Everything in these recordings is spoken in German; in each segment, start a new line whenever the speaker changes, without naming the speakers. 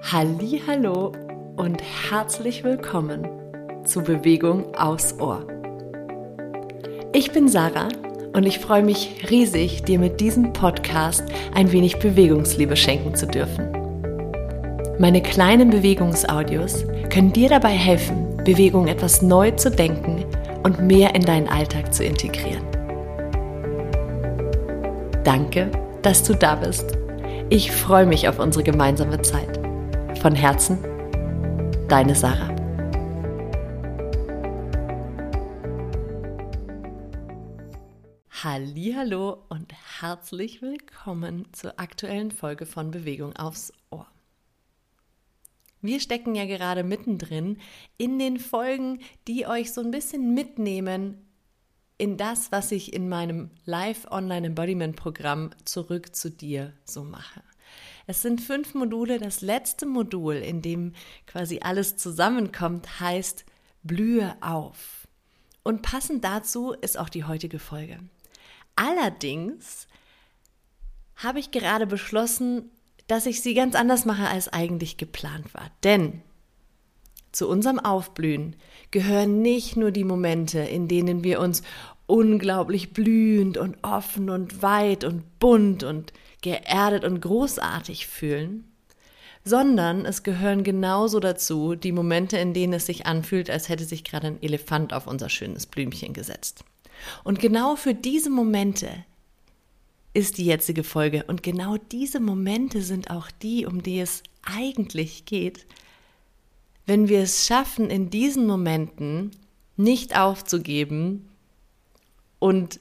Hallihallo und herzlich willkommen zu Bewegung aufs Ohr. Ich bin Sarah und ich freue mich riesig, dir mit diesem Podcast ein wenig Bewegungsliebe schenken zu dürfen. Meine kleinen Bewegungsaudios können dir dabei helfen, Bewegung etwas neu zu denken und mehr in deinen Alltag zu integrieren. Danke, dass du da bist. Ich freue mich auf unsere gemeinsame Zeit. Von Herzen, deine Sarah. Hallihallo und herzlich willkommen zur aktuellen Folge von Bewegung aufs Ohr. Wir stecken ja gerade mittendrin in den Folgen, die euch so ein bisschen mitnehmen in das, was ich in meinem Live-Online-Embodiment-Programm Zurück zu dir so mache. Es sind 5 Module. Das letzte Modul, in dem quasi alles zusammenkommt, heißt Blühe auf. Und passend dazu ist auch die heutige Folge. Allerdings habe ich gerade beschlossen, dass ich sie ganz anders mache, als eigentlich geplant war. Denn zu unserem Aufblühen gehören nicht nur die Momente, in denen wir uns unglaublich blühend und offen und weit und bunt und geerdet und großartig fühlen, sondern es gehören genauso dazu die Momente, in denen es sich anfühlt, als hätte sich gerade ein Elefant auf unser schönes Blümchen gesetzt. Und genau für diese Momente ist die jetzige Folge. Und genau diese Momente sind auch die, um die es eigentlich geht, wenn wir es schaffen, in diesen Momenten nicht aufzugeben und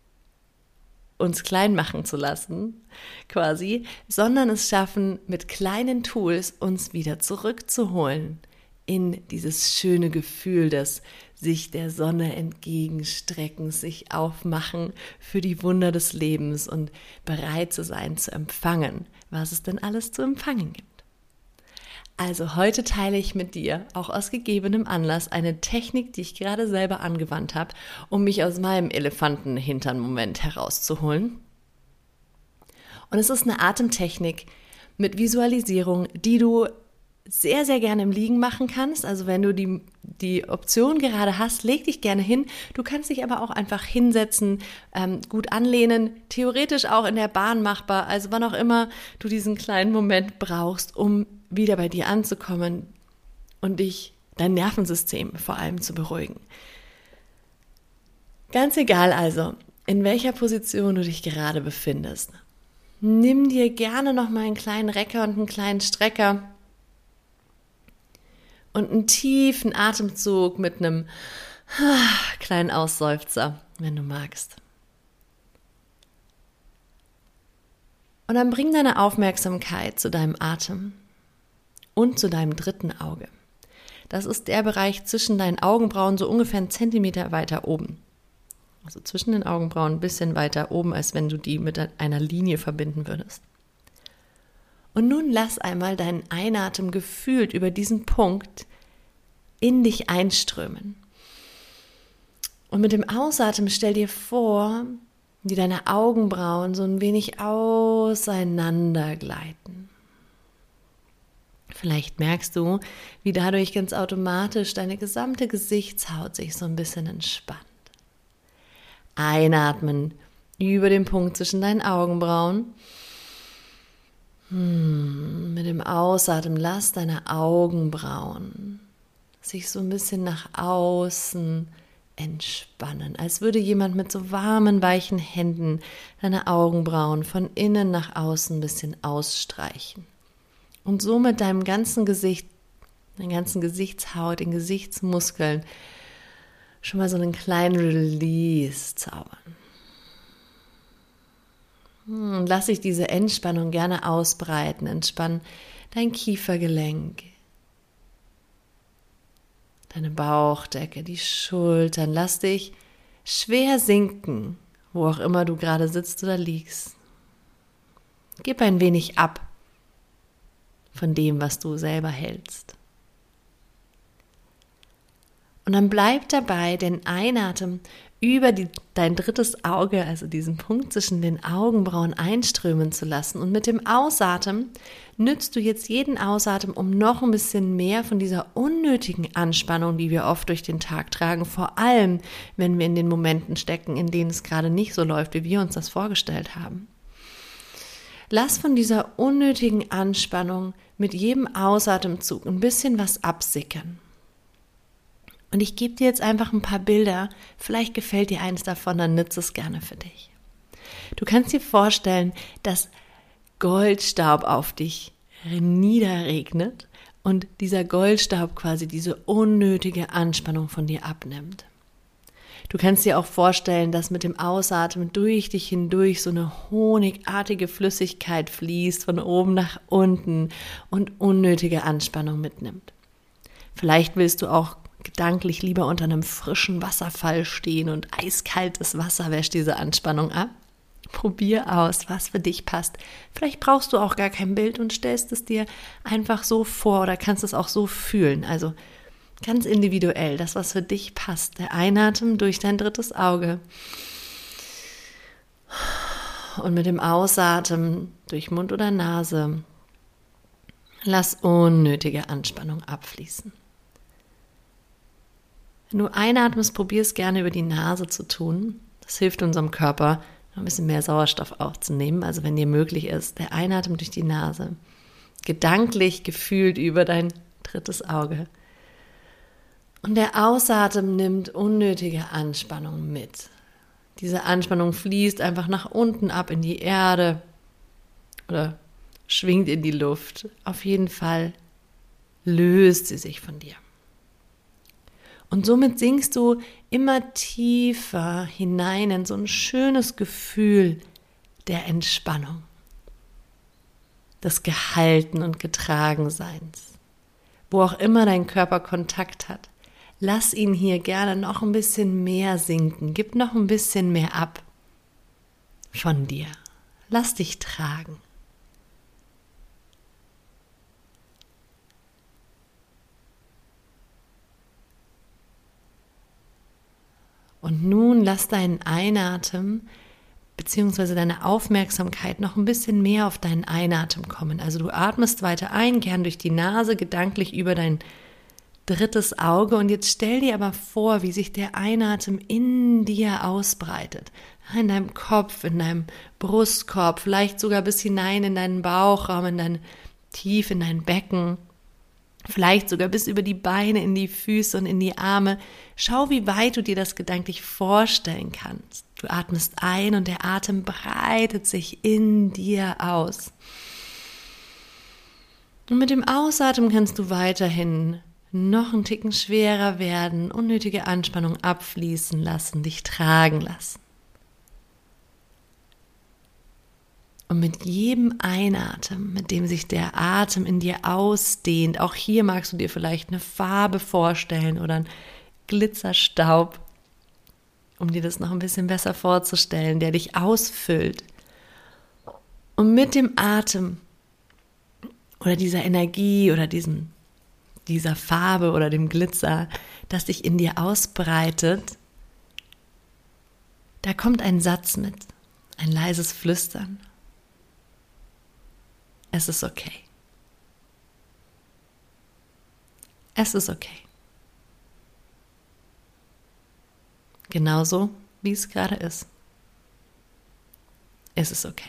uns klein machen zu lassen, quasi, sondern es schaffen, mit kleinen Tools uns wieder zurückzuholen in dieses schöne Gefühl des sich der Sonne entgegenstrecken, sich aufmachen für die Wunder des Lebens und bereit zu sein, zu empfangen, was es denn alles zu empfangen gibt. Also heute teile ich mit dir, auch aus gegebenem Anlass, eine Technik, die ich gerade selber angewandt habe, um mich aus meinem Elefantenhintern-Moment herauszuholen. Und es ist eine Atemtechnik mit Visualisierung, die du sehr, sehr gerne im Liegen machen kannst. Also wenn du die Option gerade hast, leg dich gerne hin. Du kannst dich aber auch einfach hinsetzen, gut anlehnen, theoretisch auch in der Bahn machbar, also wann auch immer du diesen kleinen Moment brauchst, um wieder bei dir anzukommen und dein Nervensystem vor allem zu beruhigen. Ganz egal also, in welcher Position du dich gerade befindest. Nimm dir gerne nochmal einen kleinen Recker und einen kleinen Strecker und einen tiefen Atemzug mit einem kleinen Ausseufzer, wenn du magst. Und dann bring deine Aufmerksamkeit zu deinem Atem und zu deinem dritten Auge. Das ist der Bereich zwischen deinen Augenbrauen, so ungefähr 1 Zentimeter weiter oben. Also zwischen den Augenbrauen ein bisschen weiter oben, als wenn du die mit einer Linie verbinden würdest. Und nun lass einmal deinen Einatmen gefühlt über diesen Punkt in dich einströmen. Und mit dem Ausatmen stell dir vor, wie deine Augenbrauen so ein wenig auseinander gleiten. Vielleicht merkst du, wie dadurch ganz automatisch deine gesamte Gesichtshaut sich so ein bisschen entspannt. Einatmen über den Punkt zwischen deinen Augenbrauen. Mit dem Ausatmen lass deine Augenbrauen sich so ein bisschen nach außen entspannen, als würde jemand mit so warmen, weichen Händen deine Augenbrauen von innen nach außen ein bisschen ausstreichen. Und so mit deinem ganzen Gesicht, deiner ganzen Gesichtshaut, den Gesichtsmuskeln schon mal so einen kleinen Release zaubern. Und lass dich diese Entspannung gerne ausbreiten. Entspann dein Kiefergelenk, deine Bauchdecke, die Schultern. Lass dich schwer sinken, wo auch immer du gerade sitzt oder liegst. Gib ein wenig ab von dem, was du selber hältst. Und dann bleib dabei, den Einatmen über dein drittes Auge, also diesen Punkt zwischen den Augenbrauen, einströmen zu lassen. Und mit dem Ausatmen nützt du jetzt jeden Ausatmen, um noch ein bisschen mehr von dieser unnötigen Anspannung, die wir oft durch den Tag tragen, vor allem, wenn wir in den Momenten stecken, in denen es gerade nicht so läuft, wie wir uns das vorgestellt haben. Lass von dieser unnötigen Anspannung mit jedem Ausatemzug ein bisschen was absickern. Und ich gebe dir jetzt einfach ein paar Bilder, vielleicht gefällt dir eins davon, dann nütze es gerne für dich. Du kannst dir vorstellen, dass Goldstaub auf dich niederregnet und dieser Goldstaub quasi diese unnötige Anspannung von dir abnimmt. Du kannst dir auch vorstellen, dass mit dem Ausatmen durch dich hindurch so eine honigartige Flüssigkeit fließt, von oben nach unten und unnötige Anspannung mitnimmt. Vielleicht willst du auch gedanklich lieber unter einem frischen Wasserfall stehen und eiskaltes Wasser wäscht diese Anspannung ab. Probier aus, was für dich passt. Vielleicht brauchst du auch gar kein Bild und stellst es dir einfach so vor oder kannst es auch so fühlen. Also ganz individuell, das, was für dich passt. Der Einatmen durch dein drittes Auge und mit dem Ausatmen durch Mund oder Nase lass unnötige Anspannung abfließen. Wenn du einatmest, probier es gerne über die Nase zu tun. Das hilft unserem Körper, ein bisschen mehr Sauerstoff aufzunehmen. Also wenn dir möglich ist, der Einatmen durch die Nase. Gedanklich, gefühlt über dein drittes Auge. Und der Ausatmen nimmt unnötige Anspannung mit. Diese Anspannung fließt einfach nach unten ab in die Erde oder schwingt in die Luft. Auf jeden Fall löst sie sich von dir. Und somit sinkst du immer tiefer hinein in so ein schönes Gefühl der Entspannung, des Gehalten- und Getragenseins. Wo auch immer dein Körper Kontakt hat, lass ihn hier gerne noch ein bisschen mehr sinken, gib noch ein bisschen mehr ab von dir. Lass dich tragen. Und nun lass deinen Einatmen bzw. deine Aufmerksamkeit noch ein bisschen mehr auf deinen Einatmen kommen. Also du atmest weiter ein, gern durch die Nase, gedanklich über dein drittes Auge. Und jetzt stell dir aber vor, wie sich der Einatmen in dir ausbreitet. In deinem Kopf, in deinem Brustkorb, vielleicht sogar bis hinein in deinen Bauchraum, tief in dein Becken. Vielleicht sogar bis über die Beine, in die Füße und in die Arme. Schau, wie weit du dir das gedanklich vorstellen kannst. Du atmest ein und der Atem breitet sich in dir aus. Und mit dem Ausatmen kannst du weiterhin noch einen Ticken schwerer werden, unnötige Anspannung abfließen lassen, dich tragen lassen. Und mit jedem Einatmen, mit dem sich der Atem in dir ausdehnt, auch hier magst du dir vielleicht eine Farbe vorstellen oder einen Glitzerstaub, um dir das noch ein bisschen besser vorzustellen, der dich ausfüllt. Und mit dem Atem oder dieser Energie oder dieser Farbe oder dem Glitzer, das sich in dir ausbreitet, da kommt ein Satz mit, ein leises Flüstern. Es ist okay. Es ist okay. Genauso, wie es gerade ist. Es ist okay.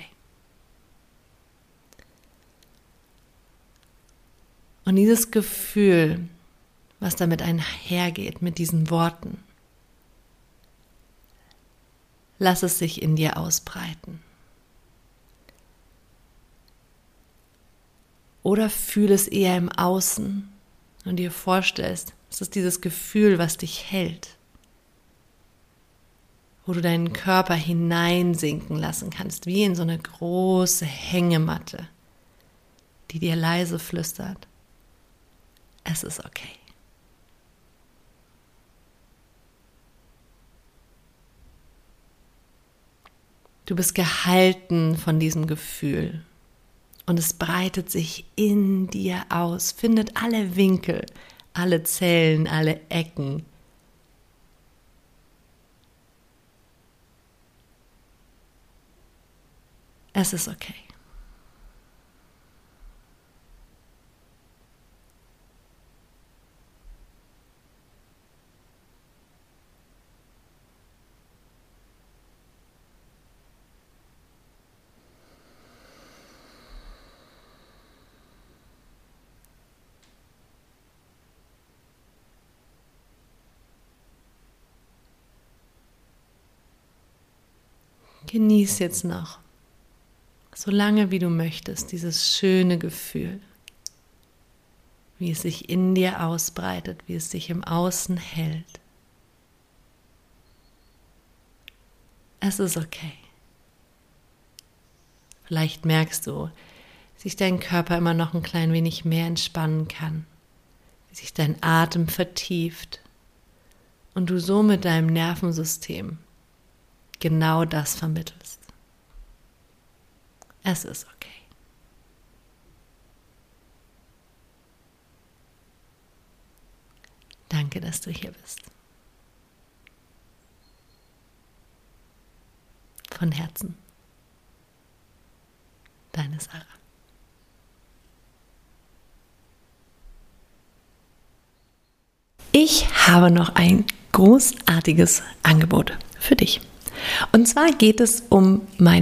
Und dieses Gefühl, was damit einhergeht, mit diesen Worten, lass es sich in dir ausbreiten. Oder fühl es eher im Außen und dir vorstellst, es ist dieses Gefühl, was dich hält, wo du deinen Körper hineinsinken lassen kannst, wie in so eine große Hängematte, die dir leise flüstert, es ist okay. Du bist gehalten von diesem Gefühl. Und es breitet sich in dir aus, findet alle Winkel, alle Zellen, alle Ecken Es ist okay. Genieß jetzt noch, so lange wie du möchtest, dieses schöne Gefühl, wie es sich in dir ausbreitet, wie es sich im Außen hält. Es ist okay. Vielleicht merkst du, wie sich dein Körper immer noch ein klein wenig mehr entspannen kann, wie sich dein Atem vertieft und du so mit deinem Nervensystem genau das vermittelst. Es ist okay. Danke, dass du hier bist. Von Herzen. Deine Sarah. Ich habe noch ein großartiges Angebot für dich. Und zwar geht es um mein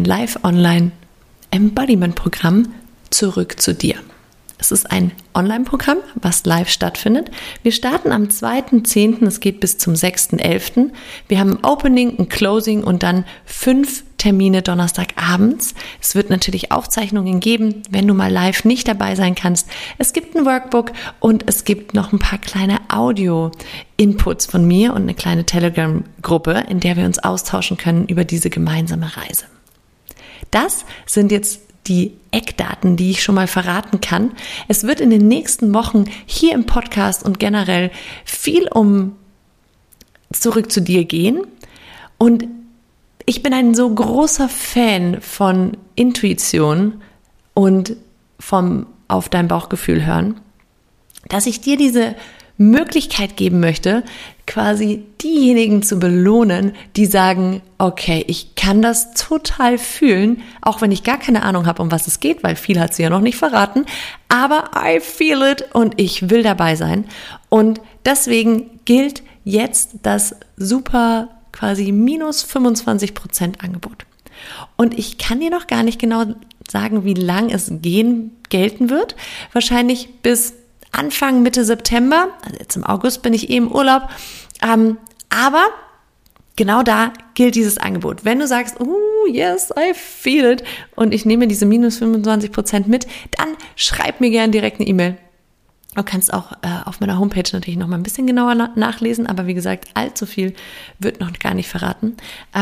Live-Online-Embodiment-Programm Zurück zu dir. Es ist ein Online-Programm, was live stattfindet. Wir starten am 2.10., es geht bis zum 6.11. Wir haben ein Opening, ein Closing und dann 5 Termine Donnerstagabends. Es wird natürlich Aufzeichnungen geben, wenn du mal live nicht dabei sein kannst. Es gibt ein Workbook und es gibt noch ein paar kleine Audio-Inputs von mir und eine kleine Telegram-Gruppe, in der wir uns austauschen können über diese gemeinsame Reise. Das sind jetzt die Eckdaten, die ich schon mal verraten kann. Es wird in den nächsten Wochen hier im Podcast und generell viel um Zurück zu dir gehen. Und ich bin ein so großer Fan von Intuition und vom auf dein Bauchgefühl hören, dass ich dir diese Möglichkeit geben möchte, quasi diejenigen zu belohnen, die sagen, okay, ich kann das total fühlen, auch wenn ich gar keine Ahnung habe, um was es geht, weil viel hat sie ja noch nicht verraten, aber I feel it und ich will dabei sein. Und deswegen gilt jetzt das super quasi minus 25% Angebot. Und ich kann dir noch gar nicht genau sagen, wie lang es gelten wird. Wahrscheinlich bis Anfang, Mitte September, also jetzt im August bin ich im Urlaub, aber genau da gilt dieses Angebot. Wenn du sagst, yes, I feel it und ich nehme diese minus 25% mit, dann schreib mir gerne direkt eine E-Mail. Du kannst auch auf meiner Homepage natürlich noch mal ein bisschen genauer nachlesen, aber wie gesagt, allzu viel wird noch gar nicht verraten.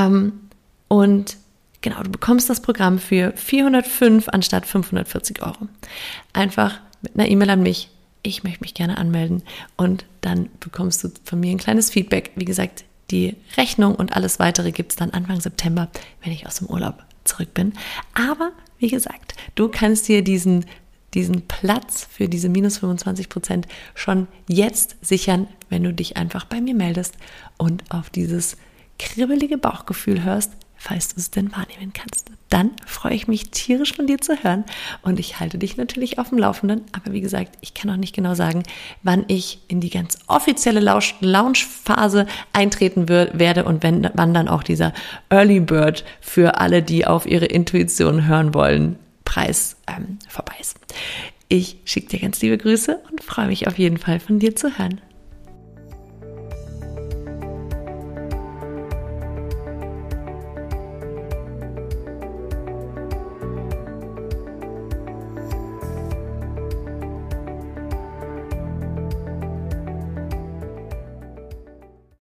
Und genau, du bekommst das Programm für 405 anstatt 540 €. Einfach mit einer E-Mail an mich. Ich möchte mich gerne anmelden und dann bekommst du von mir ein kleines Feedback. Wie gesagt, die Rechnung und alles weitere gibt es dann Anfang September, wenn ich aus dem Urlaub zurück bin. Aber wie gesagt, du kannst dir diesen Platz für diese minus 25% schon jetzt sichern, wenn du dich einfach bei mir meldest und auf dieses kribbelige Bauchgefühl hörst, falls du es denn wahrnehmen kannst. Dann freue ich mich tierisch von dir zu hören und ich halte dich natürlich auf dem Laufenden. Aber wie gesagt, ich kann auch nicht genau sagen, wann ich in die ganz offizielle Launch-Phase eintreten werde und wann dann auch dieser Early Bird für alle, die auf ihre Intuition hören wollen, Preis vorbei ist. Ich schicke dir ganz liebe Grüße und freue mich auf jeden Fall von dir zu hören.